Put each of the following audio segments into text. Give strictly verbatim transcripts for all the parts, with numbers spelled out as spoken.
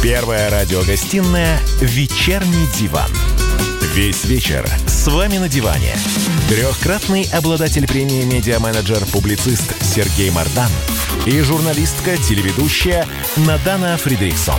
Первая радиогостинная «Вечерний диван». Весь вечер с вами на диване. Трехкратный обладатель премии «Медиа-менеджер», публицист Сергей Мардан и журналистка-телеведущая Надана Фридрихсон.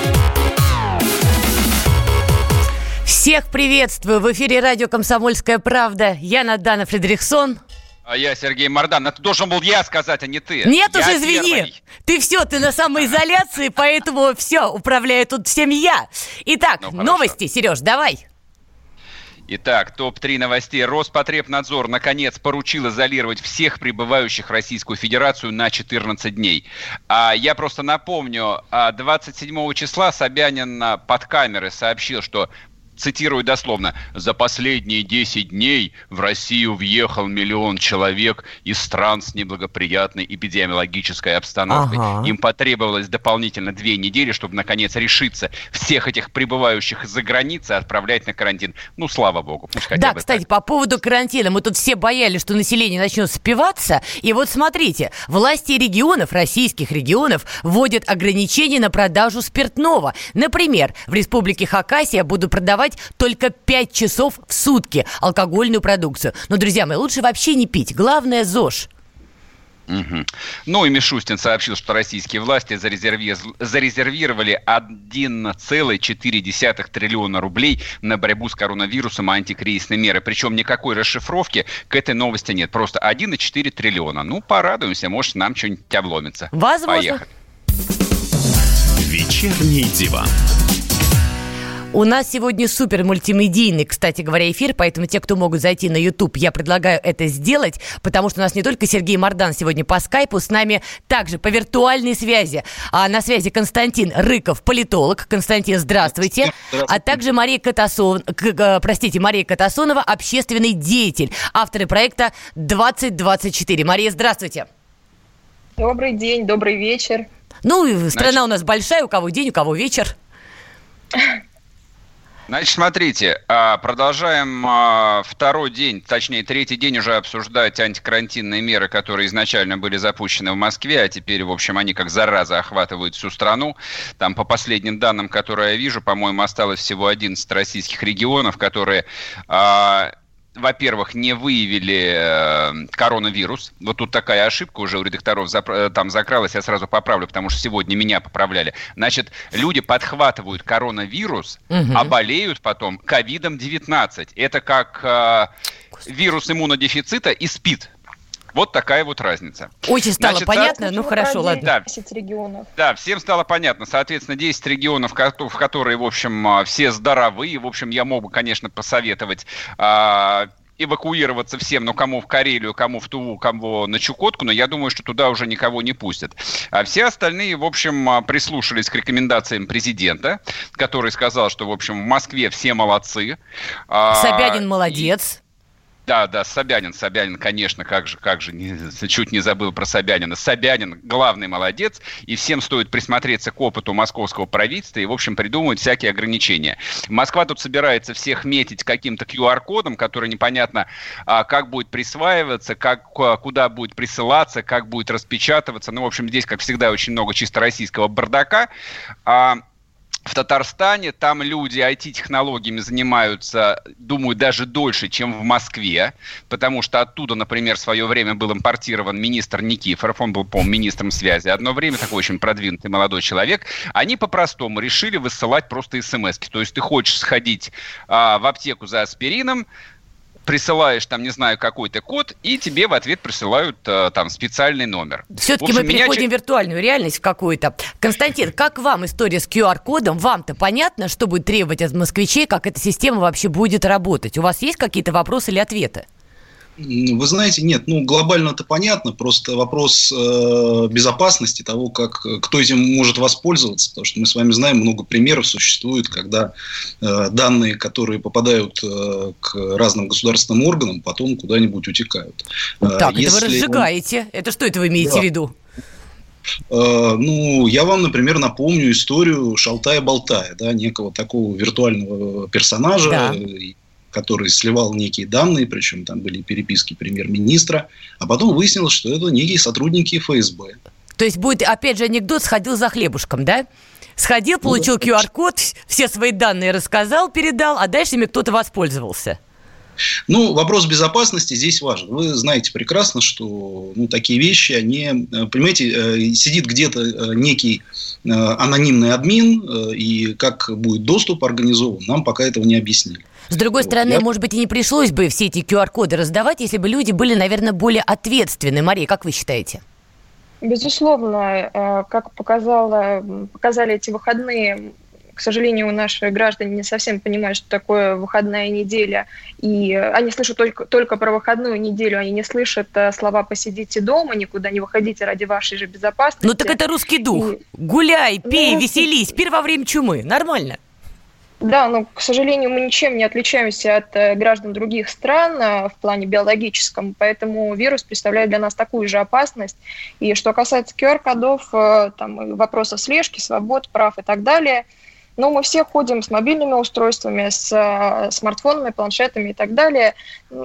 Всех приветствую! В эфире радио «Комсомольская правда». Я Надана Фридрихсон. А я Сергей Мардан. Это должен был я сказать, а не ты. Нет я уж, извини. Первый. Ты все, ты на самоизоляции, поэтому все, управляю тут всем я. Итак, ну, новости, Сереж, давай. Итак, топ три новостей. Роспотребнадзор, наконец, поручил изолировать всех прибывающих в Российскую Федерацию на четырнадцать дней. А я просто напомню, двадцать седьмого числа Собянин под камеры сообщил, что, цитирую дословно, «За последние десять дней в Россию въехал миллион человек из стран с неблагоприятной эпидемиологической обстановкой». Ага. Им потребовалось дополнительно две недели, чтобы, наконец, решиться всех этих прибывающих из-за границы отправлять на карантин. Ну, слава богу. Пусть хотя да, бы кстати, так. По поводу карантина. Мы тут все боялись, что население начнет спиваться. И вот смотрите, власти регионов, российских регионов, вводят ограничения на продажу спиртного. Например, в республике Хакасия будут продавать только пять часов в сутки алкогольную продукцию. Но, друзья мои, лучше вообще не пить. Главное – ЗОЖ. Угу. Ну и Мишустин сообщил, что российские власти зарезерви... зарезервировали один целых четыре десятых триллиона рублей на борьбу с коронавирусом и антикризисные меры. Причем никакой расшифровки к этой новости нет. Просто один целых четыре триллиона. Ну, порадуемся, может, нам что-нибудь обломится. Возможно. Поехали. Вечерний диван. У нас сегодня супер мультимедийный, кстати говоря, эфир, поэтому те, кто могут зайти на YouTube, я предлагаю это сделать, потому что у нас не только Сергей Мардан сегодня по скайпу, с нами также по виртуальной связи. А на связи Константин Рыков, политолог. Константин, здравствуйте. здравствуйте. А также Мария Катасонова, простите, Мария Катасонова, общественный деятель, авторы проекта двадцать двадцать четыре. Мария, здравствуйте. Добрый день, добрый вечер. Ну, страна Значит... у нас большая, у кого день, у кого вечер. Значит, смотрите, продолжаем второй день, точнее, третий день уже обсуждать антикарантинные меры, которые изначально были запущены в Москве, а теперь, в общем, они как зараза охватывают всю страну. Там, по последним данным, которые я вижу, по-моему, осталось всего одиннадцать российских регионов, которые... во-первых, не выявили э, коронавирус. Вот тут такая ошибка уже у редакторов запра- там закралась, я сразу поправлю, потому что сегодня меня поправляли. Значит, люди подхватывают коронавирус, угу. а болеют потом ковид девятнадцать. Это как э, вирус иммунодефицита и СПИД. Вот такая вот разница. Очень стало Значит, понятно, ну хорошо, ладно. Да, десять регионов. Да, всем стало понятно. Соответственно, десять регионов, в которые, в общем, все здоровы. В общем, я мог бы, конечно, посоветовать а, эвакуироваться всем, но кому в Карелию, кому в Туву, кому на Чукотку, но я думаю, что туда уже никого не пустят. А все остальные, в общем, прислушались к рекомендациям президента, который сказал, что, в общем, в Москве все молодцы. Собянин молодец. И... Да, да, Собянин, Собянин, конечно, как же, как же, не, чуть не забыл про Собянина. Собянин главный молодец, и всем стоит присмотреться к опыту московского правительства и, в общем, придумывать всякие ограничения. Москва тут собирается всех метить каким-то ку ар кодом, который непонятно, а, как будет присваиваться, как, куда будет присылаться, как будет распечатываться. Ну, в общем, здесь, как всегда, очень много чисто российского бардака. А, В Татарстане там люди ай ти-технологиями занимаются, думаю, даже дольше, чем в Москве, потому что оттуда, например, в свое время был импортирован министр Никифоров, он был, по-моему, министром связи, одно время такой очень продвинутый молодой человек. Они по-простому решили высылать просто эс-эм-эски, то есть ты хочешь сходить а, в аптеку за аспирином, присылаешь там, не знаю, какой-то код, и тебе в ответ присылают э, там специальный номер. Все-таки общем, мы переходим меня... в виртуальную реальность в какую-то. Константин, как вам история с ку ар кодом? Вам-то понятно, что будет требовать от москвичей, как эта система вообще будет работать? У вас есть какие-то вопросы или ответы? Вы знаете, нет, ну глобально-то понятно, просто вопрос э, безопасности того, как, кто этим может воспользоваться, потому что мы с вами знаем, много примеров существует, когда э, данные, которые попадают э, к разным государственным органам, потом куда-нибудь утекают. Так, Если это вы разжигаете, он... это что это вы имеете да. в виду? Uh, ну, я вам, например, напомню историю Шалтая-Болтая, да, некого такого виртуального персонажа, да. который сливал некие данные, причем там были переписки премьер-министра, а потом выяснилось, что это некие сотрудники эф эс бэ. То есть будет, опять же, анекдот «сходил за хлебушком», да? Сходил, получил ку ар-код, все свои данные рассказал, передал, а дальше ими кто-то воспользовался. Ну, вопрос безопасности здесь важен. Вы знаете прекрасно, что ну, такие вещи, они, понимаете, сидит где-то некий анонимный админ, и как будет доступ организован, нам пока этого не объяснили. С другой стороны, Я... может быть, и не пришлось бы все эти ку ар-коды раздавать, если бы люди были, наверное, более ответственны. Мария, как вы считаете? Безусловно, как показало, показали эти выходные, к сожалению, наши граждане не совсем понимают, что такое выходная неделя, и они слышат только, только про выходную неделю, они не слышат слова «посидите дома», «никуда не выходите ради вашей же безопасности». Ну так это русский дух. И... Гуляй, пей, ну, веселись, пир во время чумы. Нормально. Да, но, к сожалению, мы ничем не отличаемся от э, граждан других стран э, в плане биологическом, поэтому вирус представляет для нас такую же опасность. И что касается ку ар-кодов, э, там, вопросов слежки, свобод, прав и так далее, ну, мы все ходим с мобильными устройствами, с э, смартфонами, планшетами и так далее.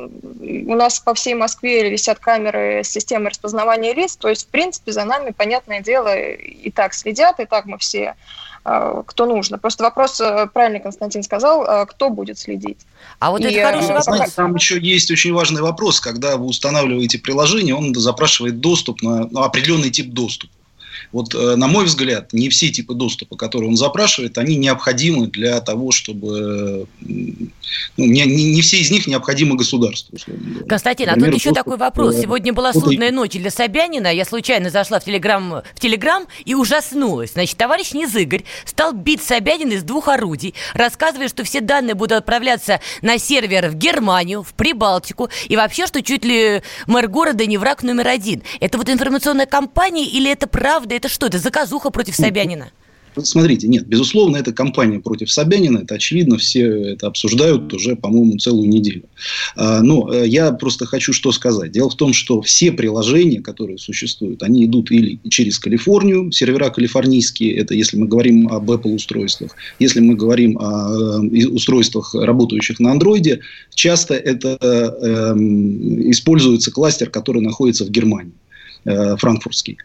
У нас по всей Москве висят камеры с системой распознавания лиц, то есть, в принципе, за нами, понятное дело, и так следят, и так мы все... кто нужно. Просто вопрос, правильно Константин сказал, кто будет следить. А вот и, это хороший вопрос. Знаете, там еще есть очень важный вопрос. Когда вы устанавливаете приложение, он запрашивает доступ на ну, определенный тип доступа. Вот, на мой взгляд, не все типы доступа, которые он запрашивает, они необходимы для того, чтобы... Ну, не, не, не все из них необходимы государству. Константин, Например, а тут еще такой вопрос. Сегодня была судная ночь для Собянина. Я случайно зашла в Телеграм, в Телеграм и ужаснулась. Значит, товарищ Низыгорь стал бить Собянина из двух орудий, рассказывая, что все данные будут отправляться на сервер в Германию, в Прибалтику, и вообще, что чуть ли мэр города не враг номер один. Это вот информационная кампания или это правда? Это что, это заказуха против Собянина? Смотрите, нет, безусловно, это кампания против Собянина. Это очевидно, все это обсуждают уже, по-моему, целую неделю. Но я просто хочу что сказать. Дело в том, что все приложения, которые существуют, они идут или через Калифорнию, сервера калифорнийские, это если мы говорим об Apple-устройствах, если мы говорим о устройствах, работающих на Android, часто это э, используется кластер, который находится в Германии. Франкфуртский.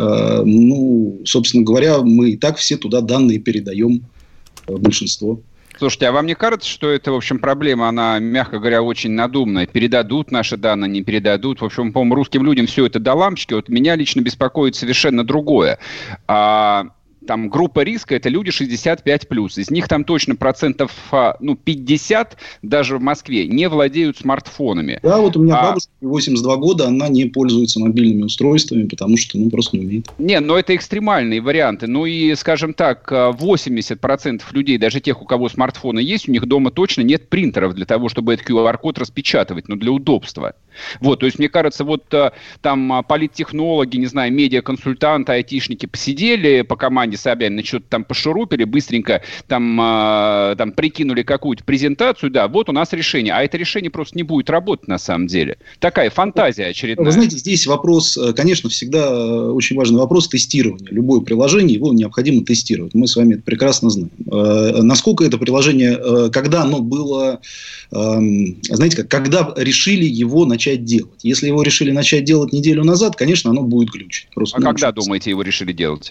Ну, собственно говоря, мы и так все туда данные передаем, большинство. Слушайте, а вам не кажется, что это, в общем, проблема, она, мягко говоря, очень надумная? Передадут наши данные, не передадут? В общем, по-моему, русским людям все это до лампочки. Вот меня лично беспокоит совершенно другое. А... Там группа риска – это люди шестьдесят пять плюс. Из них там точно процентов ну, пятьдесят даже в Москве не владеют смартфонами. Да, вот у меня а... бабушка, восемьдесят два года, она не пользуется мобильными устройствами, потому что ну, просто не умеет. Не, но это экстремальные варианты. Ну и, скажем так, восемьдесят процентов людей, даже тех, у кого смартфоны есть, у них дома точно нет принтеров для того, чтобы этот ку ар-код распечатывать, но для удобства. Вот, то есть, мне кажется, вот там политтехнологи, не знаю, медиаконсультанты, айтишники посидели по команде Собянина, что-то там пошурупили, быстренько там, э, там прикинули какую-то презентацию, да, вот у нас решение. А это решение просто не будет работать на самом деле. Такая фантазия очередная. Вы знаете, здесь вопрос, конечно, всегда очень важный вопрос тестирования. Любое приложение, его необходимо тестировать. Мы с вами это прекрасно знаем. Э, насколько это приложение, э, когда оно было, э, знаете как, когда решили его начать делать. Если его решили начать делать неделю назад, конечно, оно будет глючить. Просто а когда, думаете, его решили делать?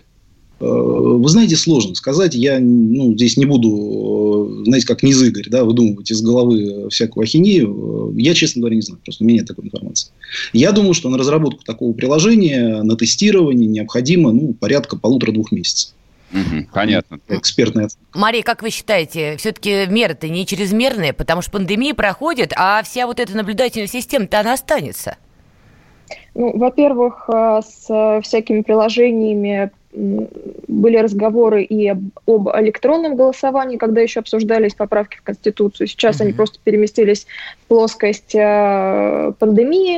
Вы знаете, сложно сказать. Я ну, здесь не буду, знаете, как Низыгорь, да, выдумывать из головы всякую ахинею. Я, честно говоря, не знаю. Просто у меня нет такой информации. Я думаю, что на разработку такого приложения, на тестирование необходимо ну, порядка полутора-двух месяцев. Угу, понятно. Экспертная оценка. Мария, как вы считаете, все-таки меры-то не чрезмерные, потому что пандемия проходит, а вся вот эта наблюдательная система-то она останется? Ну, во-первых, с всякими приложениями были разговоры и об, об электронном голосовании, когда еще обсуждались поправки в Конституцию. Сейчас mm-hmm. они просто переместились в плоскость э, пандемии.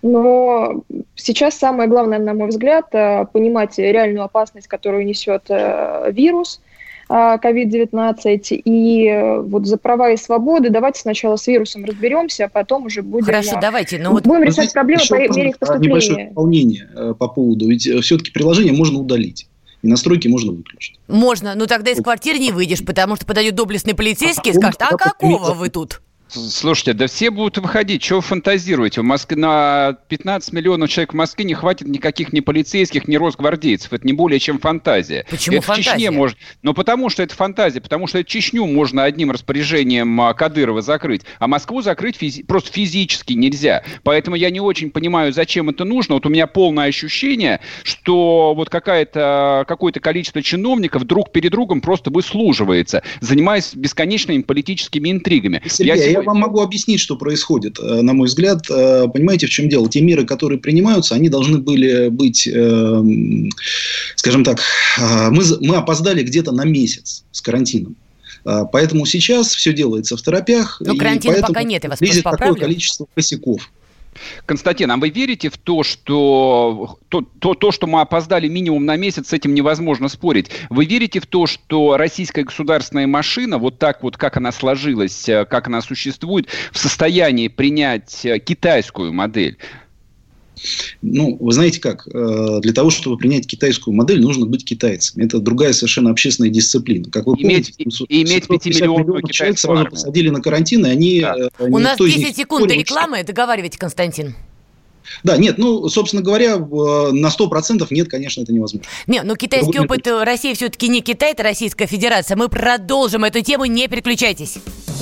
Но сейчас самое главное, на мой взгляд, понимать реальную опасность, которую несет вирус ковид девятнадцать. И вот за права и свободы давайте сначала с вирусом разберемся, а потом уже будем... Хорошо, давайте. Но вот... Будем решать проблемы по мере их поступления. Небольшое дополнение по поводу... Ведь все-таки приложение можно удалить. И настройки можно выключить. Можно, но тогда из квартиры не выйдешь, потому что подойдет доблестный полицейский и скажет, а какого вы тут? Слушайте, да все будут выходить. Чего вы фантазируете? В Москве на пятнадцать миллионов человек в Москве не хватит никаких ни полицейских, ни росгвардейцев. Это не более чем фантазия. Почему это фантазия? В Чечне может... Ну, потому что это фантазия. Потому что Чечню можно одним распоряжением Кадырова закрыть, а Москву закрыть физи... просто физически нельзя. Поэтому я не очень понимаю, зачем это нужно. Вот у меня полное ощущение, что вот какая-то, какое-то количество чиновников друг перед другом просто выслуживается, занимаясь бесконечными политическими интригами. Сергей, я, сегодня... я вам могу объяснить, что происходит. На мой взгляд, понимаете, в чем дело? Те меры, которые принимаются, они должны были быть, скажем так, мы, мы опоздали где-то на месяц с карантином. Поэтому сейчас все делается в торопях. Но карантина пока нет, я вас просто поправлю. Такое количество косяков. Константин, а вы верите в то, что то, то, то, что мы опоздали минимум на месяц, с этим невозможно спорить? Вы верите в то, что российская государственная машина, вот так вот, как она сложилась, как она существует, в состоянии принять китайскую модель? Ну, вы знаете как, для того, чтобы принять китайскую модель, нужно быть китайцем. Это другая совершенно общественная дисциплина. Как вы иметь, помните, иметь пятимиллионную человек сразу армию. Посадили на карантин, и они... Да. У нас десять секунд до рекламы, договаривайте, Константин. Да, нет, ну, собственно говоря, на сто процентов нет, конечно, это невозможно. Нет, но китайский Другой опыт нет. России все-таки не Китай, это Российская Федерация. Мы продолжим эту тему, не переключайтесь.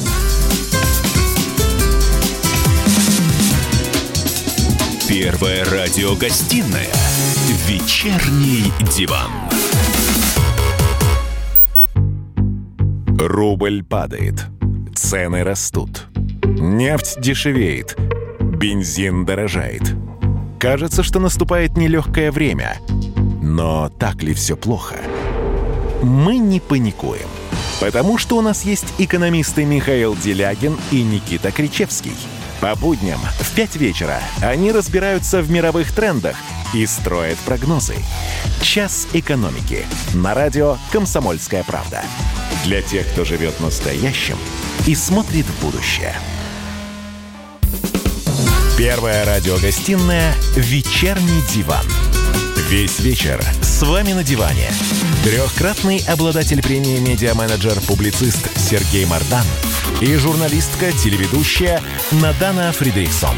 Первая радиогостинная «Вечерний диван». Рубль падает, цены растут, нефть дешевеет, бензин дорожает. Кажется, что наступает нелегкое время. Но так ли все плохо? Мы не паникуем, потому что у нас есть экономисты Михаил Делягин и Никита Кричевский. По будням в пять вечера они разбираются в мировых трендах и строят прогнозы. «Час экономики» на радио «Комсомольская правда». Для тех, кто живет настоящим и смотрит в будущее. Первая радиогостинная «Вечерний диван». Весь вечер с вами на диване. Трехкратный обладатель премии «Медиа-менеджер», публицист Сергей Мардан и журналистка-телеведущая Надана Фридрихсон.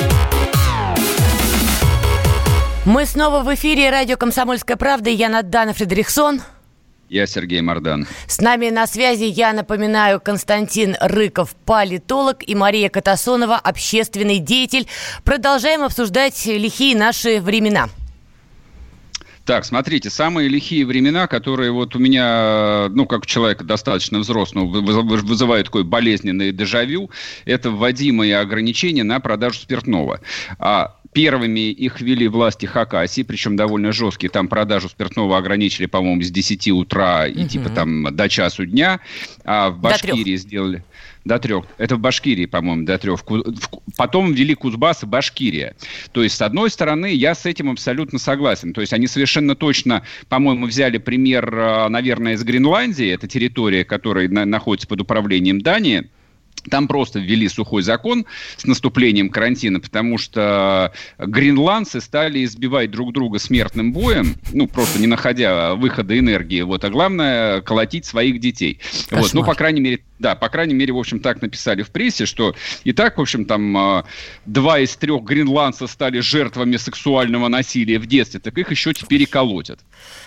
Мы снова в эфире радио «Комсомольская правда». Я Надана Фридрихсон. Я Сергей Мардан. С нами на связи, я напоминаю, Константин Рыков, политолог, и Мария Катасонова, общественный деятель. Продолжаем обсуждать лихие наши времена. Так, смотрите, самые лихие времена, которые вот у меня, ну, как у человека достаточно взрослого, вызывают такое болезненное дежавю, это вводимые ограничения на продажу спиртного. А первыми их ввели власти Хакасии, причем довольно жесткие. Там продажу спиртного ограничили, по-моему, с десяти утра и угу. типа там до часу дня. А в Башкирии сделали... До трех. Это в Башкирии, по-моему, до трех. Потом ввели Кузбасс и Башкирия. То есть, с одной стороны, я с этим абсолютно согласен. То есть, они совершенно точно, по-моему, взяли пример, наверное, из Гренландии. Это территория, которая на- находится под управлением Дании. Там просто ввели сухой закон с наступлением карантина, потому что гренландцы стали избивать друг друга смертным боем, ну, просто не находя выхода энергии, вот, а главное, колотить своих детей. Вот, ну, по крайней мере, да, по крайней мере, в общем, так написали в прессе, что и так, в общем, там, два из трех гренландцев стали жертвами сексуального насилия в детстве, так их еще теперь и колотят.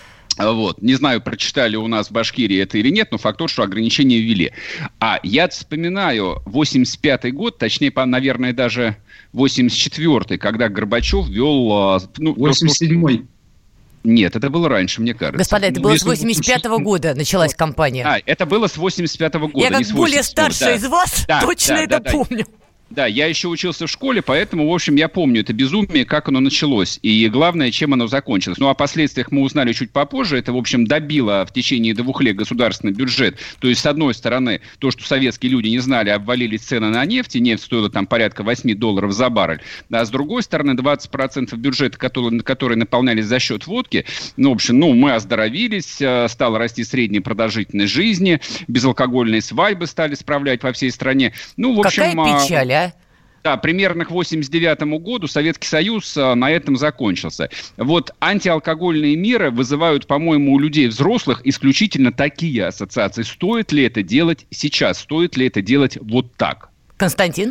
Вот. Не знаю, прочитали у нас в Башкирии это или нет, но факт тот, что ограничения ввели. А я вспоминаю восемьдесят пятый год, точнее, наверное, даже восемьдесят четвёртый, когда Горбачев ввел... Ну, восемьдесят седьмой. Нет, это было раньше, мне кажется. Господа, это было с восемьдесят пятого года началась кампания. А, это было с восемьдесят пятого года. Я как более старшая да. из вас да, точно да, это да, помню. Да. Да, я еще учился в школе, поэтому, в общем, я помню это безумие, как оно началось. И главное, чем оно закончилось. Ну, о последствиях мы узнали чуть попозже. Это, в общем, добило в течение двух лет государственный бюджет. То есть, с одной стороны, то, что советские люди не знали, обвалились цены на нефть, и нефть стоила там порядка восемь долларов за баррель. А с другой стороны, двадцать процентов бюджета, которые, которые наполнялись за счет водки, ну, в общем, ну, мы оздоровились, стала расти средняя продолжительность жизни, безалкогольные свадьбы стали справлять по всей стране. Ну, в общем... Какая печаль, а? Да, примерно к восемьдесят девятому году Советский Союз а, на этом закончился. Вот антиалкогольные меры вызывают, по-моему, у людей взрослых исключительно такие ассоциации. Стоит ли это делать сейчас? Стоит ли это делать вот так? Константин?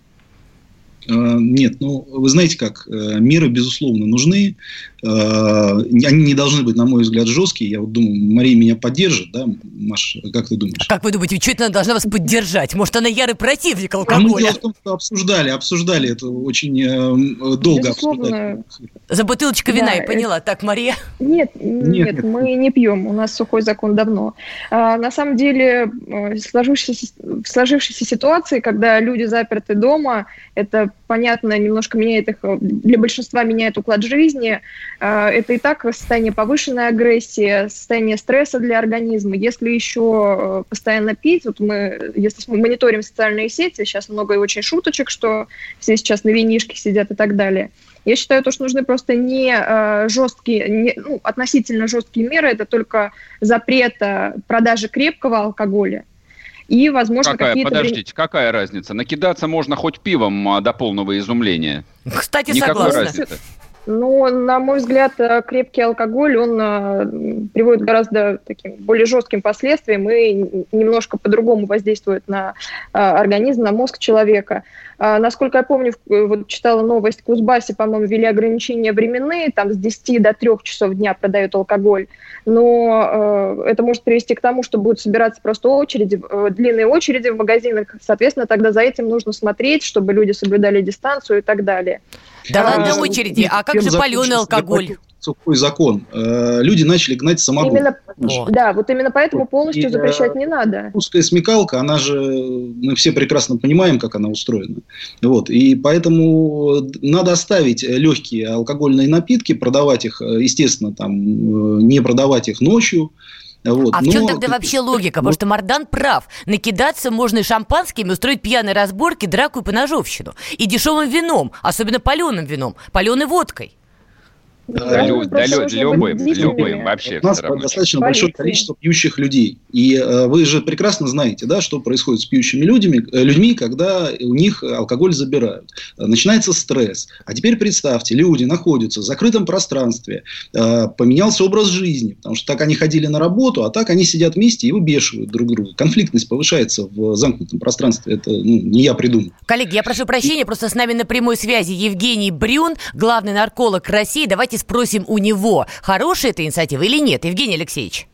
Нет, ну, вы знаете как, меры, безусловно, нужны. Они не должны быть, на мой взгляд, жесткие. Я вот думаю, Мария меня поддержит, да, Маш, как ты думаешь? А как вы думаете, что это она должна вас поддержать? Может, она ярый противник алкоголя? А мы дело в том, что обсуждали, обсуждали это очень э, долго. Безусловно. Обсуждали. За бутылочкой вина, Да, я поняла. Это... Так, Мария? Нет, нет, нет, мы не пьем, у нас сухой закон давно. А, на самом деле, в сложившейся, в сложившейся ситуации, когда люди заперты дома, это, понятно, немножко меняет их, для большинства меняет уклад жизни. Это и так состояние повышенной агрессии, состояние стресса для организма. Если еще постоянно пить, вот мы, если мы мониторим социальные сети, сейчас много и очень шуточек, что все сейчас на винишке сидят и так далее. Я считаю, то, что нужны просто не жесткие, не, ну, относительно жесткие меры, это только запрет продажи крепкого алкоголя. И, возможно, какая, какие-то... Подождите, какая разница? Накидаться можно хоть пивом до полного изумления. Кстати, Никакой согласна. разницы. Ну, на мой взгляд, крепкий алкоголь, он а, приводит к гораздо таким более жестким последствиям и немножко по-другому воздействует на а, организм, на мозг человека. А, насколько я помню, вот читала новость, в Кузбассе, по-моему, ввели ограничения временные, там с десяти до трёх часов дня продают алкоголь, но а, это может привести к тому, что будут собираться просто очереди, длинные очереди в магазинах, соответственно, тогда за этим нужно смотреть, чтобы люди соблюдали дистанцию и так далее. Да а, ладно очереди, а как же паленый алкоголь? Сухой закон. Люди начали гнать самогон. Именно, вот. Да, вот именно поэтому полностью и, запрещать не надо. Русская смекалка, она же, мы все прекрасно понимаем, как она устроена. Вот, и поэтому надо оставить легкие алкогольные напитки, продавать их, естественно, там, не продавать их ночью. Вот. А Но... в чем тогда вообще логика? Потому что Мардан прав. Накидаться можно и шампанскими, устроить пьяные разборки, драку и поножовщину. И дешевым вином, особенно паленым вином, паленой водкой. Да, лю, да лю, любым, любым, вообще У нас все равно. достаточно Полиция. большое количество пьющих людей. И э, вы же прекрасно знаете, да, что происходит с пьющими людьми, э, людьми, когда у них алкоголь забирают. Э, начинается стресс. А теперь представьте, люди находятся в закрытом пространстве, э, поменялся образ жизни, потому что так они ходили на работу, а так они сидят вместе и выбешивают друг друга. Конфликтность повышается в замкнутом пространстве. Это ну, не я придумал. Коллеги, я прошу прощения, просто с нами на прямой связи Евгений Брюн, главный нарколог России. Давайте спросим у него, хорошая эта инициатива или нет, Евгений Алексеевич?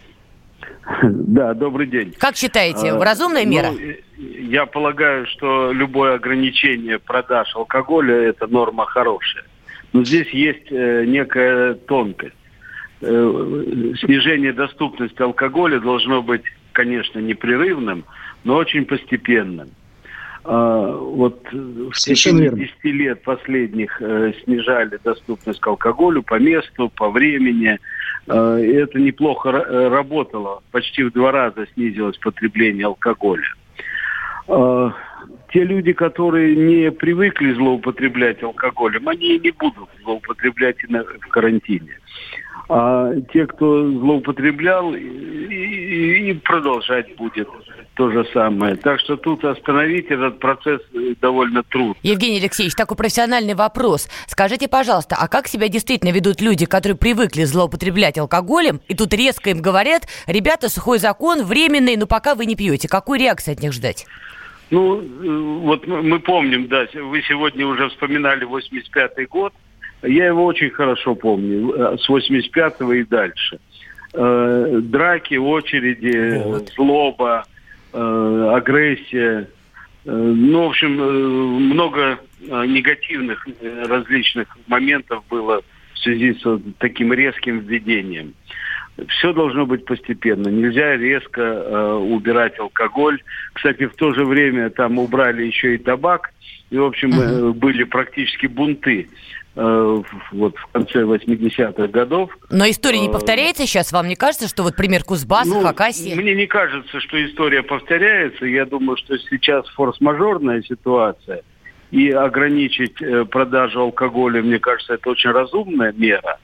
Да, добрый день. Как считаете, разумная мера? Ну, я полагаю, что любое ограничение продаж алкоголя – это норма хорошая. Но здесь есть э, некая тонкость. Э, снижение доступности алкоголя должно быть, конечно, непрерывным, но очень постепенным. Uh, вот в течение десяти лет последних uh, снижали доступность к алкоголю по месту, по времени. Uh, и это неплохо р- работало. Почти в два раза снизилось потребление алкоголя. Uh, те люди, которые не привыкли злоупотреблять алкоголем, они и не будут злоупотреблять и на, в карантине. А те, кто злоупотреблял, и, и, и продолжать будет то же самое. Так что тут остановить этот процесс довольно трудно. Евгений Алексеевич, такой профессиональный вопрос. Скажите, пожалуйста, а как себя действительно ведут люди, которые привыкли злоупотреблять алкоголем, и тут резко им говорят, ребята, сухой закон, временный, но пока вы не пьете. Какую реакцию от них ждать? Ну, вот мы помним, да, вы сегодня уже вспоминали восемьдесят пятый год. Я его очень хорошо помню, с восемьдесят пятого и дальше. Э, драки, очереди, вот. Злоба, э, агрессия. Э, ну, в общем, э, много э, негативных э, различных моментов было в связи с вот таким резким введением. Все должно быть постепенно. Нельзя резко э, убирать алкоголь. Кстати, в то же время там убрали еще и табак. И, в общем, э, были практически бунты. Вот в конце восьмидесятых годов. Но история не повторяется сейчас? Вам не кажется, что вот пример Кузбасса, ну, Хакасии? Мне не кажется, что история повторяется. Я думаю, что сейчас форс-мажорная ситуация. И ограничить продажу алкоголя, мне кажется, это очень разумная мера.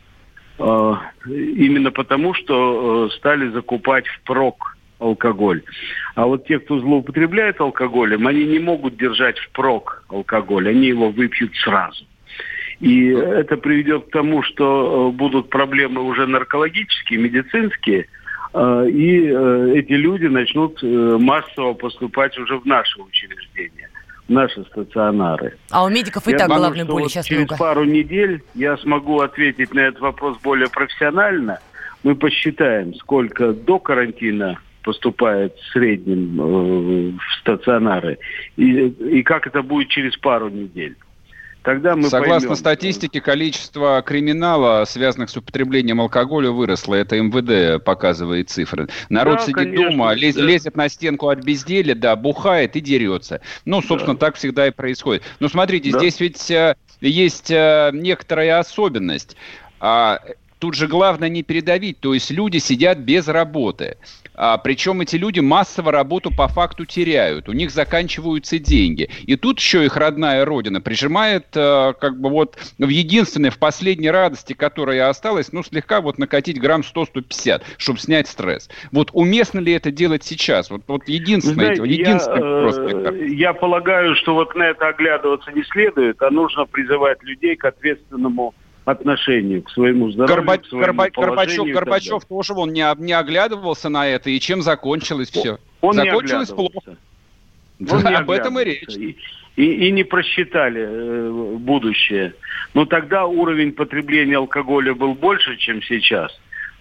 Именно потому, что стали закупать впрок алкоголь. А вот те, кто злоупотребляет алкоголем, они не могут держать впрок алкоголь. Они его выпьют сразу. И это приведет к тому, что будут проблемы уже наркологические, медицинские, и эти люди начнут массово поступать уже в наши учреждения. в наши стационары. А у медиков и я так думаю, головной боли вот сейчас через много. пару недель я смогу ответить на этот вопрос более профессионально. Мы посчитаем, сколько до карантина поступает в среднем э, в стационары, и, и как это будет через пару недель. Тогда мы Согласно поймем. статистике, количество криминала, связанных с употреблением алкоголя, выросло. Это эм вэ дэ показывает цифры. Народ Да, сидит конечно, дома, лез, да. лезет на стенку от безделья, да, бухает и дерется. Ну, собственно, да. так всегда и происходит. Но смотрите, да. здесь ведь э, есть э, некоторая особенность. А, тут же главное не передавить. То есть люди сидят без работы. А, причем эти люди массово работу по факту теряют. У них заканчиваются деньги. И тут еще их родная родина прижимает а, как бы вот в единственной, в последней радости, которая осталась, ну, слегка вот накатить грамм сто - сто пятьдесят, чтобы снять стресс. Вот уместно ли это делать сейчас? Вот, вот единственное, Знаете, единственное я, просто. Я полагаю, что вот на это оглядываться не следует, а нужно призывать людей к ответственному отношению к своему здоровью, Горба... к своему Горба... положению. Горбачев, Горбачев тоже он не, не оглядывался на это, и чем закончилось все? Он закончилось не плохо. Он да, не об этом и речь. И, и, и не просчитали э, будущее. Но тогда уровень потребления алкоголя был больше, чем сейчас.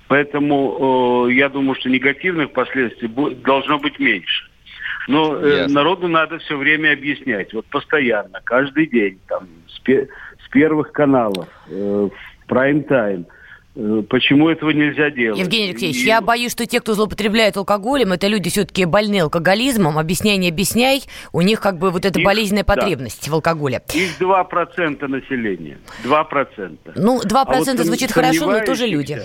Поэтому э, я думаю, что негативных последствий будет, должно быть меньше. Но э, народу надо все время объяснять. Вот постоянно, каждый день, там, с, пе- с первых каналов, э, в прайм-тайм. Э, почему этого нельзя делать? Евгений Алексеевич, И... я боюсь, что те, кто злоупотребляет алкоголем, это люди все-таки больные алкоголизмом. Объясняй, не объясняй. У них как бы вот эта Их, болезненная потребность да. в алкоголе. Их два процента населения. два процента. Ну, два процента а вот звучит хорошо, но тоже люди.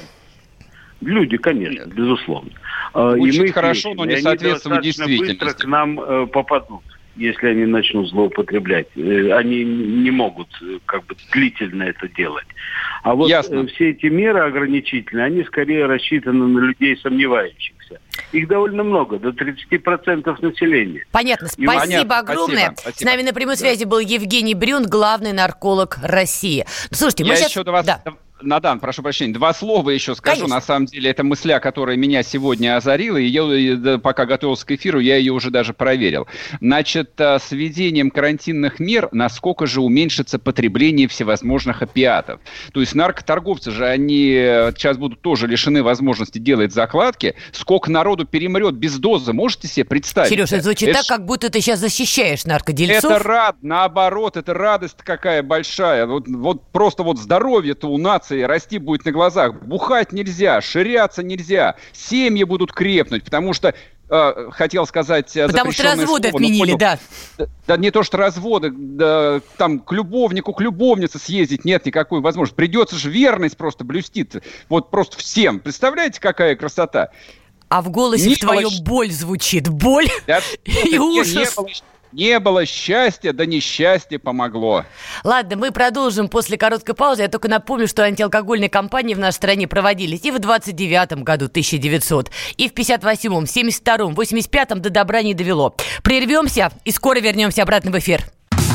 Люди, конечно, безусловно. Звучит и мы хорошо, лечим, но не соответствует действительности. Быстро к нам э, попадут, если они начнут злоупотреблять. Э, они не могут э, как бы длительно это делать. А вот э, все эти меры ограничительные, они скорее рассчитаны на людей сомневающихся. Их довольно много, до тридцать процентов населения. Понятно. И спасибо понятно. огромное. Спасибо, спасибо. С нами на прямой связи да. был Евгений Брюн, главный нарколог России. Слушайте, мы Я сейчас... еще до вас... Да. Надан, прошу прощения, два слова еще скажу. Конечно. На самом деле, это мысля, которая меня сегодня озарила, и я, пока готовился к эфиру, я ее уже даже проверил. Значит, с введением карантинных мер, насколько же уменьшится потребление всевозможных опиатов. То есть наркоторговцы же, они сейчас будут тоже лишены возможности делать закладки. Сколько народу перемрет без дозы, можете себе представить? Сереж, это звучит это так, как будто ты сейчас защищаешь наркодельцов. Это рад, наоборот, это радость какая большая. Вот, вот просто вот здоровье-то у нации расти будет на глазах. Бухать нельзя, ширяться нельзя. Семьи будут крепнуть, потому что, э, хотел сказать... Потому что разводы слово, отменили, понял, да. да. Да не то, что разводы, да, там к любовнику, к любовнице съездить нет никакой возможности. Придется же верность просто блюсти. Вот просто всем. Представляете, какая красота? А в голосе не в твоем было... боль звучит. Боль да, и ужас. Не, не было... Не было счастья, да несчастье помогло. Ладно, мы продолжим после короткой паузы. Я только напомню, что антиалкогольные кампании в нашей стране проводились и в двадцать девятом году, тысяча девятьсот, и в пятьдесят восьмом, семьдесят втором, восемьдесят пятом до добра не довело. Прервемся и скоро вернемся обратно в эфир.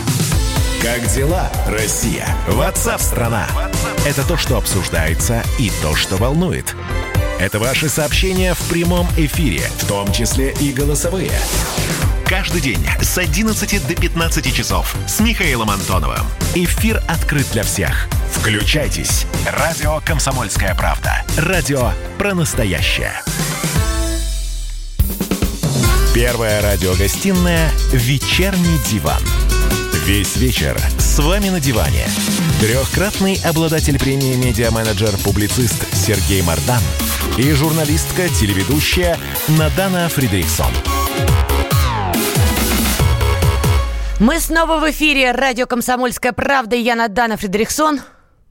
Как дела, Россия? Ватсап-страна! Это то, что обсуждается, и то, что волнует. Это ваши сообщения в прямом эфире, в том числе и голосовые. Каждый день с одиннадцати до пятнадцати часов с Михаилом Антоновым. Эфир открыт для всех. Включайтесь. Радио «Комсомольская правда». Радио про настоящее. Первая радиогостинная «Вечерний диван». Весь вечер с вами на диване. Трехкратный обладатель премии «Медиа-менеджер», публицист Сергей Мардан и журналистка-телеведущая Надана Фридрихсон. Мы снова в эфире. Радио «Комсомольская правда». Я Надана Фридрихсон.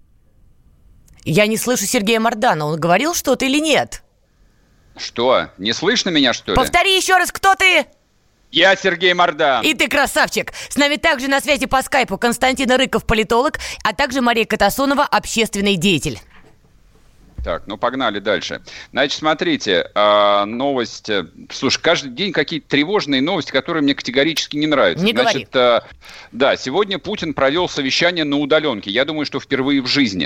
Я не слышу Сергея Мардана. Он говорил что-то или нет? Что? Не слышно меня, что ли? Повтори еще раз, кто ты? Я Сергей Мардан. И ты красавчик. С нами также на связи по скайпу Константин Рыков, политолог, а также Мария Катасонова, общественный деятель. Так, ну погнали дальше. Значит, смотрите, э, новость. Слушай, каждый день какие-то тревожные новости, которые мне категорически не нравятся. Не Значит, говори. Э, да, сегодня Путин провел совещание на удаленке. Я думаю, что впервые в жизни.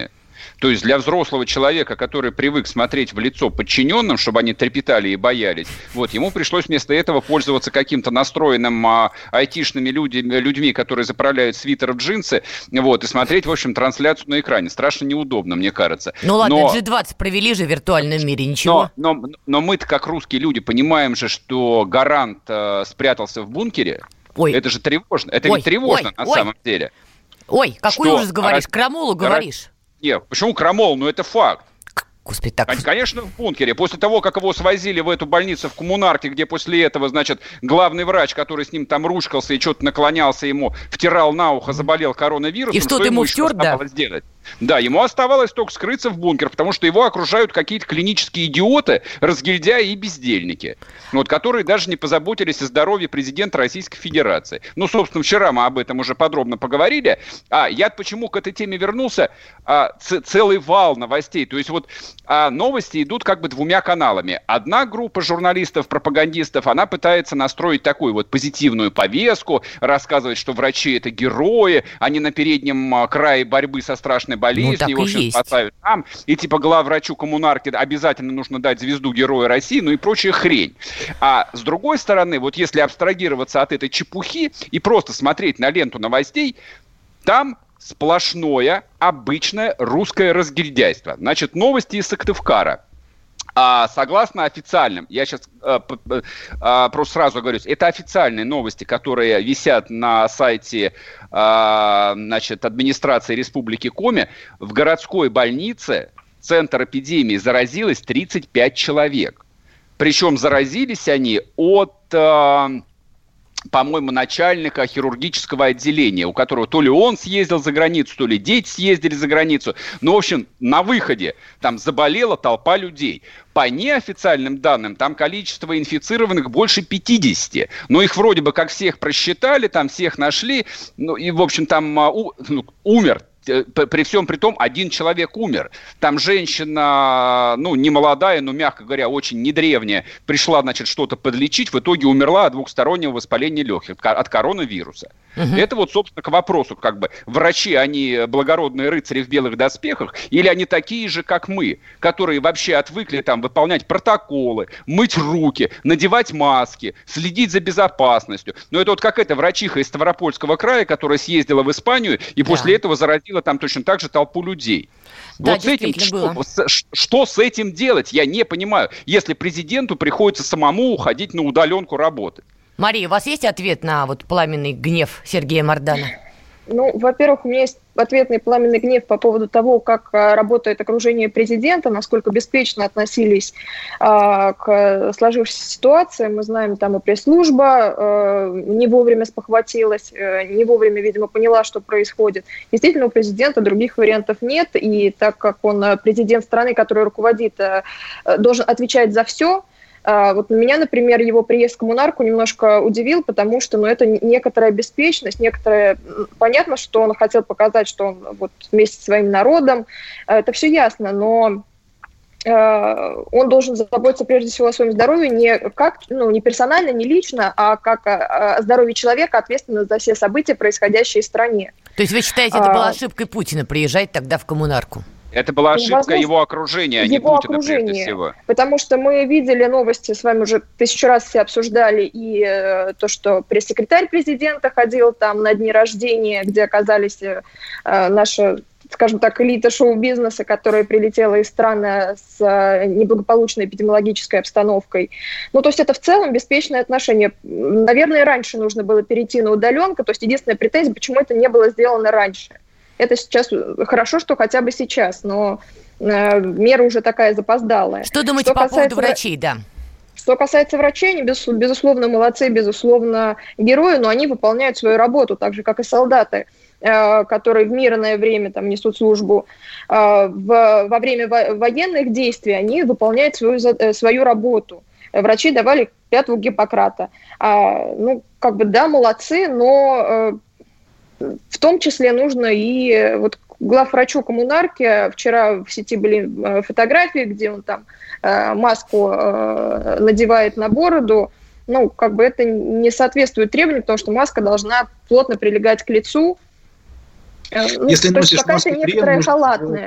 То есть для взрослого человека, который привык смотреть в лицо подчиненным, чтобы они трепетали и боялись, вот, ему пришлось вместо этого пользоваться каким-то настроенным а, айтишными люди, людьми, которые заправляют свитер в джинсы, вот, и смотреть, в общем, трансляцию на экране. Страшно неудобно, мне кажется. Ну ладно, но, джи двадцать провели же в виртуальном мире, ничего. Но, но, но мы-то, как русские люди, понимаем же, что гарант э, спрятался в бункере. Ой. Это же тревожно. Это ой, ведь тревожно ой, на ой. самом деле. Ой, какой что? ужас говоришь? Крамолу говоришь? Нет, почему крамол? Ну, это факт. Господи, так... Конечно, в бункере. После того, как его свозили в эту больницу в Коммунарке, где после этого, значит, главный врач, который с ним там ручкался и что-то наклонялся ему, втирал на ухо, заболел коронавирусом. И что, что ему втер, да? Сделать? Да, ему оставалось только скрыться в бункер, потому что его окружают какие-то клинические идиоты, разгильдяи и бездельники, вот, которые даже не позаботились о здоровье президента Российской Федерации. Ну, собственно, вчера мы об этом уже подробно поговорили. А я почему к этой теме вернулся? А, ц- целый вал новостей. То есть вот а, новости идут как бы двумя каналами. Одна группа журналистов, пропагандистов, она пытается настроить такую вот позитивную повестку, рассказывать, что врачи — это герои, они на переднем крае борьбы со страшной болезнью, ну, в общем, спасают там. И типа главврачу Коммунарки обязательно нужно дать звезду Героя России, ну и прочая хрень. А с другой стороны, вот если абстрагироваться от этой чепухи и просто смотреть на ленту новостей, там сплошное, обычное русское разгильдяйство. Значит, новости из Сыктывкара. А согласно официальным, я сейчас а, а, просто сразу говорю, это официальные новости, которые висят на сайте а, значит, администрации Республики Коми, в городской больнице центр эпидемии заразилось тридцать пять человек. Причем заразились они от... А, по-моему, начальника хирургического отделения, у которого то ли он съездил за границу, то ли дети съездили за границу. Ну, в общем, на выходе там заболела толпа людей. По неофициальным данным, там количество инфицированных больше пятидесяти. Но их вроде бы как всех просчитали, там всех нашли. Ну, и, в общем, там у, ну, умер. При всем при том, один человек умер. Там женщина, ну, не молодая, но, мягко говоря, очень недревняя, пришла, значит, что-то подлечить, в итоге умерла от двухстороннего воспаления легких, от коронавируса. Угу. Это вот, собственно, к вопросу, как бы, врачи, они благородные рыцари в белых доспехах, или они такие же, как мы, которые вообще отвыкли там выполнять протоколы, мыть руки, надевать маски, следить за безопасностью. Но это вот как эта врачиха из Ставропольского края, которая съездила в Испанию и да. после этого заразила там точно так же толпу людей. Да, вот с этим, что, с, что с этим делать, я не понимаю, если президенту приходится самому уходить на удаленку работать. Мария, у вас есть ответ на вот пламенный гнев Сергея Мардана? Ну, во-первых, у меня есть ответный пламенный гнев по поводу того, как а, работает окружение президента, насколько беспечно относились а, к сложившейся ситуации. Мы знаем, там и пресс-служба а, не вовремя спохватилась, а, не вовремя, видимо, поняла, что происходит. Действительно, у президента других вариантов нет, и так как он президент страны, который руководит, а, должен отвечать за все. Вот меня, например, его приезд в Коммунарку немножко удивил, потому что ну, это некоторая беспечность, некоторая... Понятно, что он хотел показать, что он вот вместе со своим народом, это все ясно, но э, он должен заботиться прежде всего о своем здоровье не, как, ну, не персонально, не лично, а как о, о здоровье человека, ответственного за все события, происходящие в стране. То есть вы считаете, это была ошибкой Путина приезжать тогда в Коммунарку? Это была ошибка Возможно, его окружения, а не Путина, окружения, прежде всего. Потому что мы видели новости, с вами уже тысячу раз все обсуждали, и э, то, что пресс-секретарь президента ходил там на дни рождения, где оказались э, наши, скажем так, элита шоу-бизнеса, которая прилетела из страны с э, неблагополучной эпидемиологической обстановкой. Ну, то есть это в целом беспечное отношение. Наверное, раньше нужно было перейти на удаленку, то есть единственная претензия, почему это не было сделано раньше. Это сейчас хорошо, что хотя бы сейчас, но э, мера уже такая запоздалая. Что думаете что по поводу врачей, да? Что касается врачей, они, безусловно, молодцы, безусловно, герои, но они выполняют свою работу, так же, как и солдаты, э, которые в мирное время там, несут службу. Э, в, во время во- военных действий они выполняют свою, э, свою работу. Врачи давали клятву Гиппократа. А, ну, как бы, да, молодцы, но... Э, В том числе нужно и вот главврачу Коммунарки, вчера в сети были фотографии, где он там э, маску э, надевает на бороду. Ну, как бы это не соответствует требованиям, потому что маска должна плотно прилегать к лицу. Если ну, то есть какая-то некоторая халатная,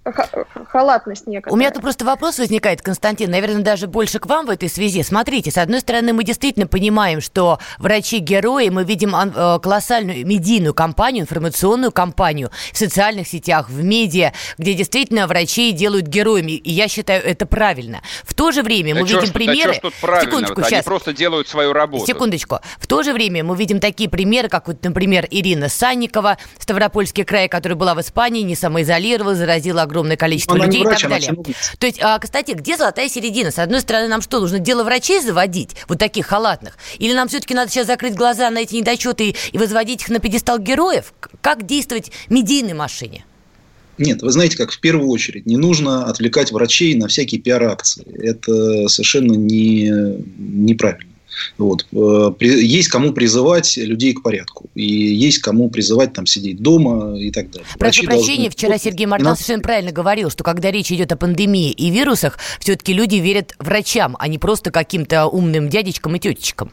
халатность некоторая. У меня тут просто вопрос возникает, Константин, наверное, даже больше к вам в этой связи. Смотрите, с одной стороны, мы действительно понимаем, что врачи-герои, мы видим колоссальную медийную кампанию, информационную кампанию в социальных сетях, в медиа, где действительно врачи делают героями, и я считаю, это правильно. В то же время мы да видим что, примеры... Да что ж тут правильно? Секундочку, Они сейчас. просто делают свою работу. Секундочку. В то же время мы видим такие примеры, как, вот, например, Ирина Санникова, Ставропольский край, которая была в Испании, не самоизолировалась, заразила огромное количество она людей врач, и так далее. То есть, кстати, где золотая середина? С одной стороны, нам что, нужно дело врачей заводить, вот таких халатных? Или нам все-таки надо сейчас закрыть глаза на эти недочеты и возводить их на пьедестал героев? Как действовать медийной машине? Нет, вы знаете, как в первую очередь не нужно отвлекать врачей на всякие пиар-акции. Это совершенно не, неправильно. Вот. Есть кому призывать людей к порядку. И есть кому призывать там сидеть дома и так далее. Прошу прощения, вчера Сергей Мардан совершенно правильно говорил, что когда речь идет о пандемии и вирусах, все-таки люди верят врачам, а не просто каким-то умным дядечкам и тетечкам.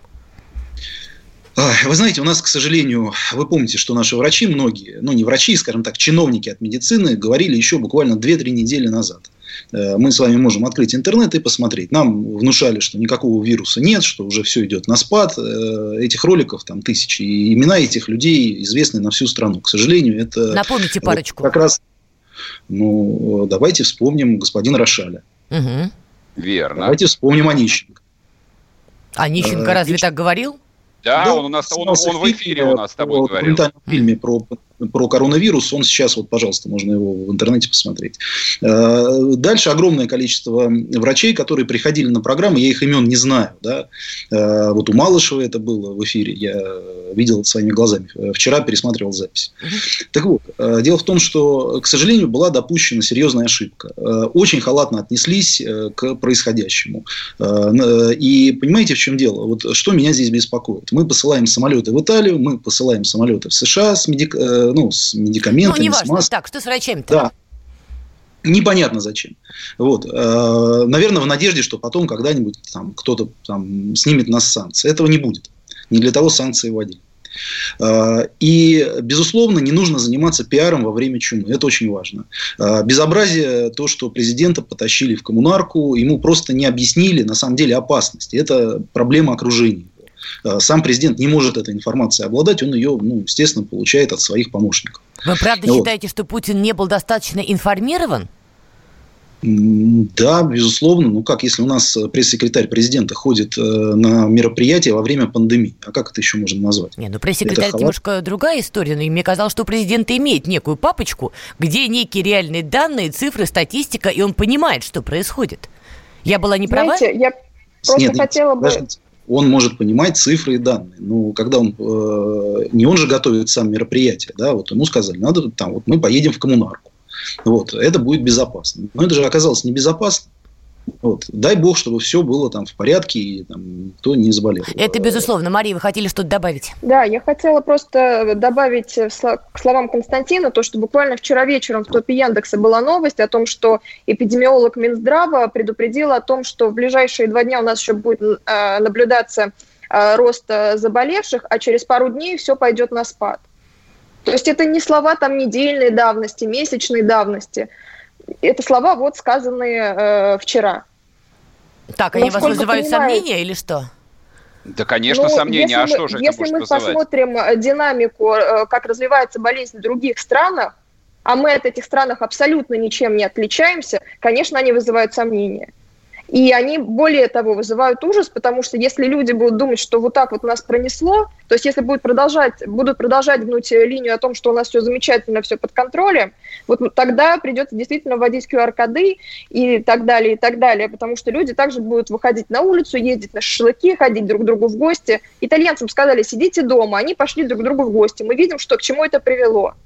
Вы знаете, у нас, к сожалению, вы помните, что наши врачи, многие, ну не врачи, скажем так, чиновники от медицины, говорили еще буквально две-три недели назад. Мы с вами можем открыть интернет и посмотреть. Нам внушали, что никакого вируса нет, что уже все идет на спад. Этих роликов там тысячи. И имена этих людей известны на всю страну. К сожалению, это... Напомните парочку. Как раз, ну, давайте вспомним господина Рошаля. Угу. Верно. Давайте вспомним Онищенко. Онищенко разве Онищенко... так говорил? Да, да, он у нас, он, он в эфире у нас с тобой говорил. В документальном фильме про, про коронавирус, он сейчас, вот, пожалуйста, можно его в интернете посмотреть. Дальше огромное количество врачей, которые приходили на программу, я их имен не знаю, да. Вот у Малышева это было в эфире, я видел это своими глазами. Вчера пересматривал запись. Uh-huh. Так вот, дело в том, что, к сожалению, была допущена серьезная ошибка. Очень халатно отнеслись к происходящему. И понимаете, в чем дело? Вот что меня здесь беспокоит? Мы посылаем самолеты в Италию, мы посылаем самолеты в США с, медик... ну, с медикаментами, ну, не важно. с маской. Так, что с врачами-то? Да. Непонятно зачем. Вот. Наверное, в надежде, что потом когда-нибудь там, кто-то там, снимет нас санкции. Этого не будет. Не для того санкции вводили. И, безусловно, не нужно заниматься пиаром во время чумы. Это очень важно. Безобразие, то, что президента потащили в коммунарку, ему просто не объяснили, на самом деле, опасности. Это проблема окружения. Сам президент не может этой информацией обладать, он ее, ну, естественно, получает от своих помощников. Вы правда вот. считаете, что Путин не был достаточно информирован? Да, безусловно. Ну как, если у нас пресс-секретарь президента ходит на мероприятия во время пандемии, а как это еще можно назвать? Не, ну пресс-секретарь это немножко другая история, но мне казалось, что президент имеет некую папочку, где некие реальные данные, цифры, статистика, и он понимает, что происходит. Я была не права? Знаете, я просто Нет, хотела бы... Подождите. Он может понимать цифры и данные. Ну, когда он, э, не он же готовит сам мероприятие, да, вот ему сказали, надо там, вот мы поедем в коммунарку, вот, это будет безопасно. Но это же оказалось небезопасно. Вот. Дай бог, чтобы все было там в порядке и там, никто не заболел. Это безусловно. Мария, вы хотели что-то добавить? Да, я хотела просто добавить к словам Константина то, что буквально вчера вечером в топе Яндекса была новость о том, что эпидемиолог Минздрава предупредил о том, что в ближайшие два дня у нас еще будет э, наблюдаться э, рост заболевших, а через пару дней все пойдет на спад. То есть это не слова там недельной давности, месячной давности. Это слова, вот, сказанные э, вчера. Так, они вас вызывают понимаю... сомнения или что? Да, конечно, ну, сомнения. А мы, что же это будет вызывать? Если мы посмотрим динамику, э, как развивается болезнь в других странах, а мы от этих странах абсолютно ничем не отличаемся, конечно, они вызывают сомнения. И они, более того, вызывают ужас, потому что если люди будут думать, что вот так вот нас пронесло, то есть если будут продолжать, будут продолжать гнуть линию о том, что у нас все замечательно, все под контролем, вот тогда придется действительно вводить ку ар коды и так далее, и так далее, потому что люди также будут выходить на улицу, ездить на шашлыки, ходить друг к другу в гости. Итальянцам сказали, сидите дома, они пошли друг к другу в гости. Мы видим, что к чему это привело.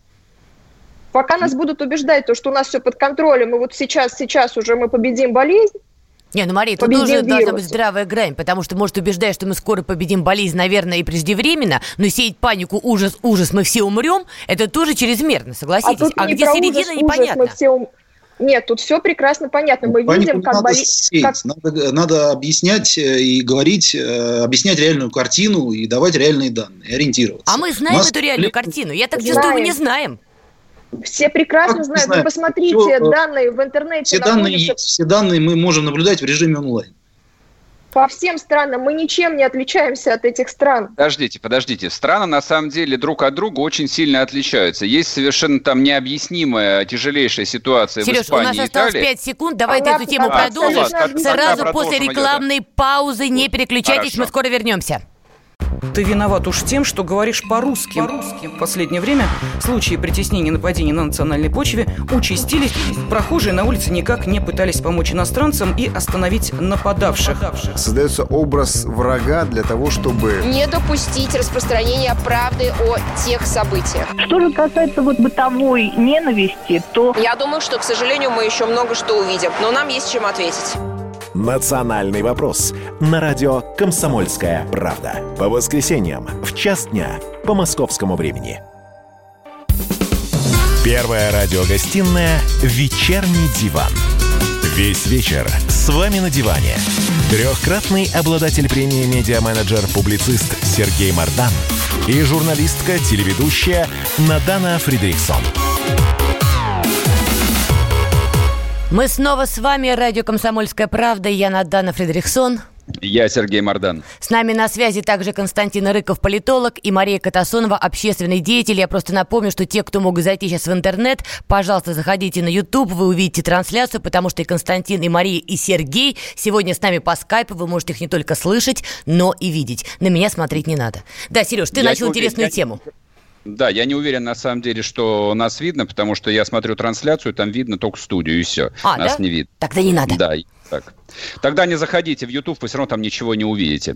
Пока нас будут убеждать, то, что у нас все под контролем, и вот сейчас, сейчас уже мы победим болезнь. Не, ну, Мария, тут тоже должна быть здравая грань, потому что, может, убеждать, что мы скоро победим болезнь, наверное, и преждевременно, но сеять панику, ужас, ужас, мы все умрем, это тоже чрезмерно, согласитесь. А, а где середина, ужас, непонятно. Ужас, все ум... Нет, тут все прекрасно понятно. Мы панику видим, как болезнь... Как... Надо, надо объяснять и говорить, объяснять реальную картину и давать реальные данные, ориентироваться. А мы знаем нас... эту реальную картину. Я так чувствую, мы не знаем. Все прекрасно Как знают. знаем? Вы посмотрите Все, данные в интернете. Все данные есть, все данные мы можем наблюдать в режиме онлайн. По всем странам мы ничем не отличаемся от этих стран. Подождите, подождите. Страны, на самом деле, друг от друга очень сильно отличаются. Есть совершенно там необъяснимая, тяжелейшая ситуация Сереж, в Испании у нас осталось Италии. пять секунд. Давай Она- ты эту тему она продолжишь. абсолютно Сразу Тогда после продолжим, рекламной паузы. Не переключайтесь, Хорошо. мы скоро вернемся. Ты виноват уж тем, что говоришь по-русски. По-русски. В последнее время случаи притеснения и нападений на национальной почве участились. Прохожие на улице никак не пытались помочь иностранцам и остановить нападавших. Создается образ врага для того, чтобы... не допустить распространения правды о тех событиях. Что же касается вот бытовой ненависти, то... Я думаю, что, к сожалению, мы еще много что увидим, но нам есть чем ответить. «Национальный вопрос» на радио «Комсомольская правда». По воскресеньям в час дня по московскому времени. Первая радиогостинная «Вечерний диван». Весь вечер с вами на диване. Трехкратный обладатель премии «Медиа-менеджер», публицист Сергей Мардан и журналистка-телеведущая Надана Фридрихсон. Мы снова с вами, радио «Комсомольская правда». Я Надана Фридрихсон. Я Сергей Мардан. С нами на связи также Константин Рыков, политолог, и Мария Катасонова, общественный деятель. Я просто напомню, что те, кто могут зайти сейчас в интернет, пожалуйста, заходите на YouTube, вы увидите трансляцию, потому что и Константин, и Мария, и Сергей сегодня с нами по скайпу. Вы можете их не только слышать, но и видеть. На меня смотреть не надо. Да, Сереж, ты Я начал не интересную уверен, тему. Да, я не уверен, на самом деле, что нас видно, потому что я смотрю трансляцию, там видно только студию, и все. А, нас да? не видно. Тогда не надо. Да, так. Тогда не заходите в YouTube, вы все равно там ничего не увидите.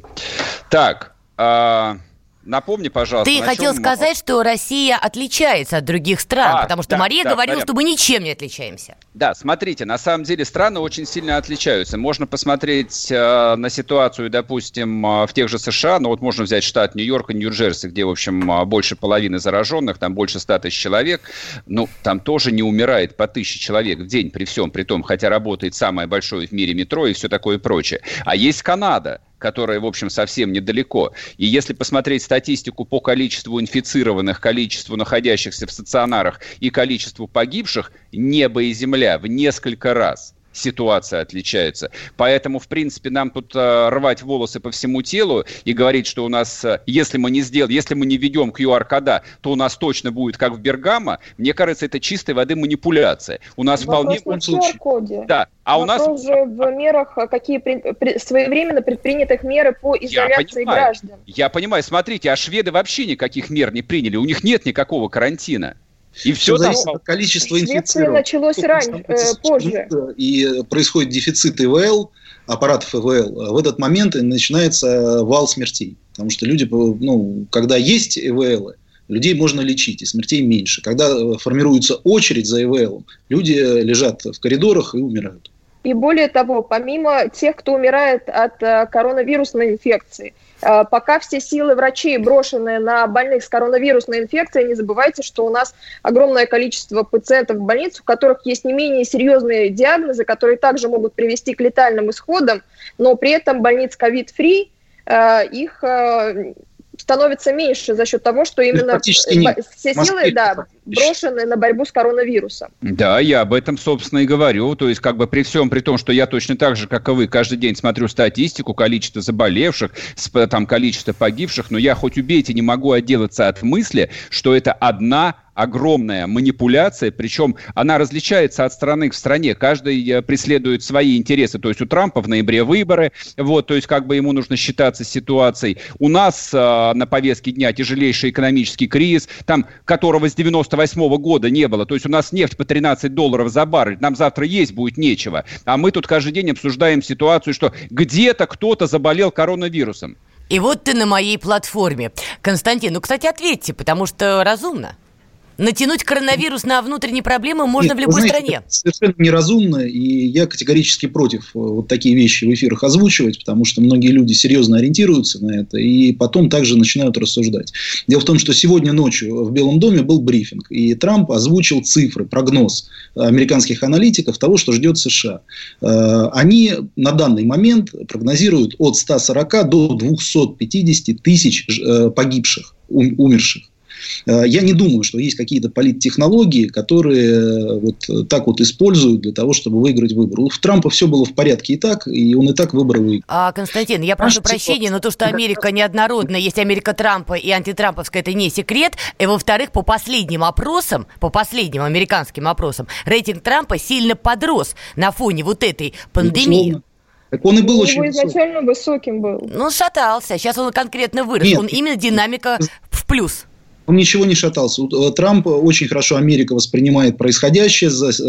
Так, а, напомни, пожалуйста. Ты хотел чем... сказать, что Россия отличается от других стран, А, потому что да, Мария да, говорила, понятно. что мы ничем не отличаемся. Да, смотрите, на самом деле страны очень сильно отличаются. Можно посмотреть э, на ситуацию, допустим, э, в тех же США, но вот можно взять штат Нью-Йорк и Нью-Джерси, где, в общем, э, больше половины зараженных, там больше ста тысяч человек, ну, там тоже не умирает по тысяче человек в день при всем, при том, хотя работает самое большое в мире метро и все такое прочее. А есть Канада, которая, в общем, совсем недалеко. И если посмотреть статистику по количеству инфицированных, количеству находящихся в стационарах и количеству погибших, небо и земля в несколько раз ситуация отличается. Поэтому, в принципе, нам тут э, рвать волосы по всему телу и говорить, что у нас, э, если мы не сделаем, если мы не введем ку ар-кода, то у нас точно будет как в Бергамо, мне кажется, это чистой воды манипуляция. У нас Вопрос вполне... не в ку ар-коде. Да, а у нас... Вопрос же в мерах, какие при, при, своевременно предпринятых меры по изоляции Я понимаю, граждан. Я понимаю, смотрите, а шведы вообще никаких мер не приняли, у них нет никакого карантина. И все, Все зависит там... от количества Швеция инфицированных. началось рань, э, позже. И происходит дефицит и вэ эл, аппаратов и вэ эл. В этот момент начинается вал смертей. Потому что люди, ну, когда есть и вэ эл, людей можно лечить, и смертей меньше. Когда формируется очередь за и вэ эл, люди лежат в коридорах и умирают. И более того, помимо тех, кто умирает от э, коронавирусной инфекции, э, пока все силы врачей брошены на больных с коронавирусной инфекцией, не забывайте, что у нас огромное количество пациентов в больнице, у которых есть не менее серьезные диагнозы, которые также могут привести к летальным исходам, но при этом больниц ковид-фри, э, их э, становится меньше за счет того, что именно все силы да, брошены на борьбу с коронавирусом. Да, я об этом, собственно, и говорю. То есть, как бы при всем, при том, что я точно так же, как и вы, каждый день смотрю статистику, количество заболевших, там, количество погибших, но я хоть убейте, не могу отделаться от мысли, что это одна огромная манипуляция, причем она различается от страны к стране. Каждый преследует свои интересы. То есть у Трампа в ноябре выборы, вот, то есть как бы ему нужно считаться с ситуацией. У нас э, на повестке дня тяжелейший экономический кризис, там, которого с девяносто восьмого года не было. То есть у нас нефть по тринадцать долларов за баррель. Нам завтра есть будет нечего. А мы тут каждый день обсуждаем ситуацию, что где-то кто-то заболел коронавирусом. И вот ты на моей платформе. Константин, ну, кстати, ответьте, потому что разумно. Натянуть коронавирус на внутренние проблемы можно Нет, в любой знаете, стране. Это совершенно неразумно, и я категорически против вот такие вещи в эфирах озвучивать, потому что многие люди серьезно ориентируются на это, и потом также начинают рассуждать. Дело в том, что сегодня ночью в Белом доме был брифинг, и Трамп озвучил цифры, прогноз американских аналитиков того, что ждет США. Они на данный момент прогнозируют от ста сорока до двухсот пятидесяти тысяч погибших, умерших. Я не думаю, что есть какие-то политтехнологии, которые вот так вот используют для того, чтобы выиграть выборы. У Трампа все было в порядке и так, и он и так выборы выиграл. А, Константин, я прошу Аж прощения, но то, что Америка неоднородная, есть Америка Трампа и антитрамповская, это не секрет. И, во-вторых, по последним опросам, по последним американским опросам, рейтинг Трампа сильно подрос на фоне вот этой пандемии. Безусловно. Так он и был он очень изначально высоким был. Ну, шатался. Сейчас он конкретно вырос. Нет, он именно динамика в плюс. Он ничего не шатался. Трамп очень хорошо Америка воспринимает происходящее.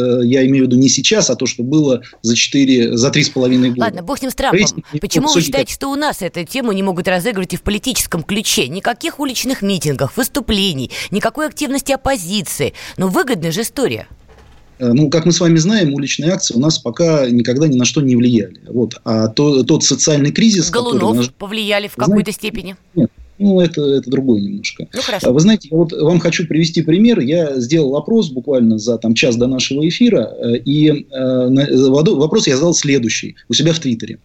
Я имею в виду не сейчас, а то, что было за четыре, за три с половиной года. Ладно, бог с ним с Трампом. Рейтинг, Почему вы считаете, как... что у нас эту тему не могут разыгрывать и в политическом ключе? Никаких уличных митингов, выступлений, никакой активности оппозиции. Но выгодная же история. Ну, как мы с вами знаем, уличные акции у нас пока никогда ни на что не влияли. Вот. А то, тот социальный кризис... Голунов который... повлияли в какой-то степени? Нет. Ну, это, это другое немножко. Ну, хорошо. Вы знаете, я вот вам хочу привести пример. Я сделал опрос буквально за там, час до нашего эфира. И э, вопрос я задал следующий у себя в Твиттере.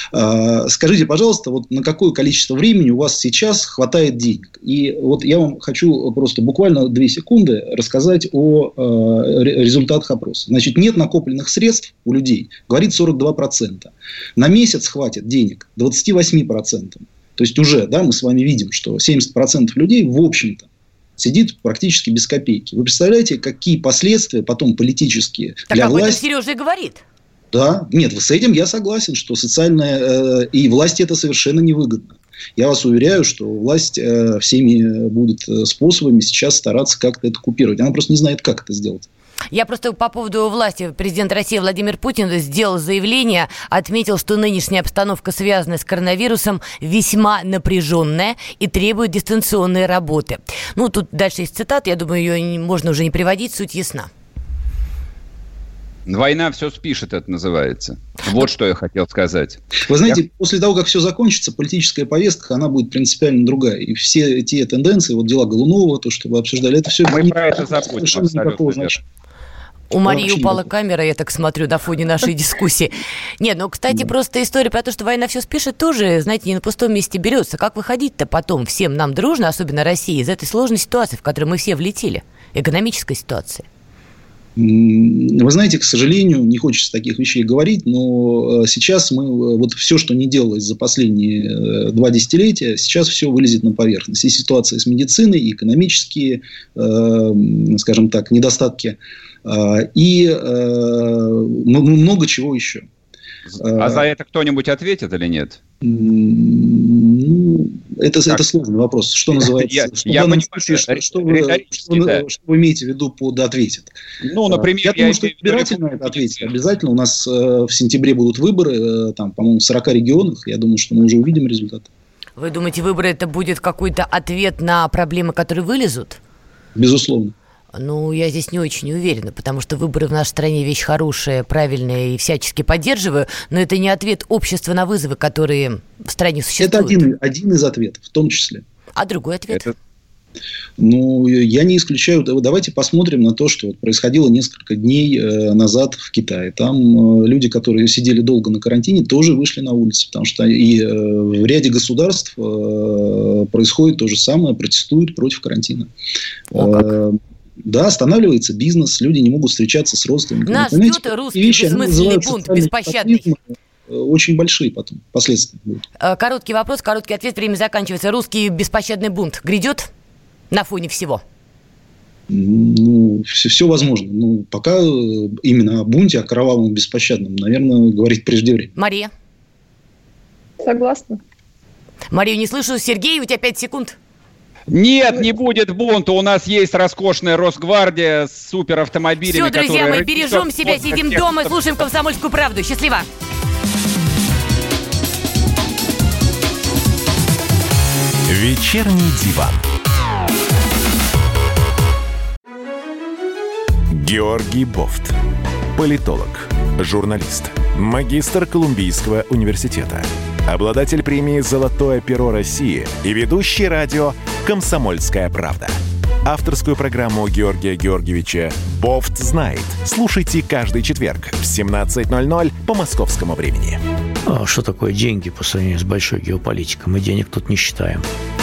Э, скажите, пожалуйста, вот на какое количество времени у вас сейчас хватает денег? И вот я вам хочу просто буквально две секунды рассказать о э, результатах опроса. Значит, нет накопленных средств у людей, говорит сорок два процента. На месяц хватит денег двадцать восемь процентов. То есть, уже, да, мы с вами видим, что семьдесят процентов людей, в общем-то, сидит практически без копейки. Вы представляете, какие последствия потом политические так для об власти... этом Сережа и говорит. Да, нет, с этим я согласен, что социальная... Э, и власти это совершенно невыгодно. Я вас уверяю, что власть э, всеми будет способами сейчас стараться как-то это купировать. Она просто не знает, как это сделать. Я просто по поводу власти. Президент России Владимир Путин сделал заявление, отметил, что нынешняя обстановка, связанная с коронавирусом, весьма напряженная и требует дистанционной работы. Ну, тут дальше есть цитата, я думаю, ее можно уже не приводить, суть ясна. Война все спишет, это называется. Вот что я хотел сказать. Вы знаете, я... после того, как все закончится, политическая повестка, она будет принципиально другая. И все те тенденции, вот дела Голунова, то, что вы обсуждали, это все... Мы не про это забудем, абсолютно верно. У Марии упала камера, я так смотрю, на фоне нашей дискуссии. Нет, ну, кстати, просто история про то, что война все спишет, тоже, знаете, не на пустом месте берется. Как выходить-то потом всем нам дружно, особенно России, из этой сложной ситуации, в которую мы все влетели? Экономической ситуации. Вы знаете, к сожалению, не хочется таких вещей говорить, но сейчас мы, вот все, что не делалось за последние два десятилетия, сейчас все вылезет на поверхность. И ситуация с медициной, и экономические, скажем так, недостатки, и много чего еще. А за это кто-нибудь ответит или нет? Ну, это, это сложный вопрос. Что называется? Я, что, я понимаю, случае, что, что, вы, что, да. что вы имеете в виду под ответит? Ну, например, я, я думаю, что избирательно это ответит. Обязательно. У нас э, в сентябре будут выборы, э, там, по-моему, в сорока регионах. Я думаю, что мы уже увидим результаты. Вы думаете, выборы это будет какой-то ответ на проблемы, которые вылезут? Безусловно. Ну, я здесь не очень уверена, потому что выборы в нашей стране вещь хорошая, правильная и всячески поддерживаю, но это не ответ общества на вызовы, которые в стране существуют. Это один, один из ответов, в том числе. А другой ответ? Это... Ну, я не исключаю. Давайте посмотрим на то, что вот происходило несколько дней назад в Китае. Там люди, которые сидели долго на карантине, тоже вышли на улицы, потому что и в ряде государств происходит то же самое, протестуют против карантина. О, да, останавливается бизнес, люди не могут встречаться с родственниками. Нас ждет русский вещи, бессмысленный бунт, беспощадный. Очень большие потом последствия будут. Короткий вопрос, короткий ответ, время заканчивается. Русский беспощадный бунт грядет на фоне всего? Ну, все, все возможно. Ну, пока именно о бунте, о кровавом беспощадном, наверное, говорить преждевременно. Мария? Согласна. Марию не слышу. Сергей, у тебя пять секунд. Нет, не будет бунта. У нас есть роскошная Росгвардия с суперавтомобилями. Все, друзья, мы бережем себя, сидим дома, слушаем «Комсомольскую правду». Счастливо! Вечерний диван. Георгий Бофт. Политолог, журналист, магистр Колумбийского университета, обладатель премии «Золотое перо России» и ведущий радио «Комсомольская правда». Авторскую программу Георгия Георгиевича «Бофт знает». Слушайте каждый четверг в семнадцать ноль ноль по московскому времени. А что такое деньги по сравнению с большой геополитикой? Мы денег тут не считаем.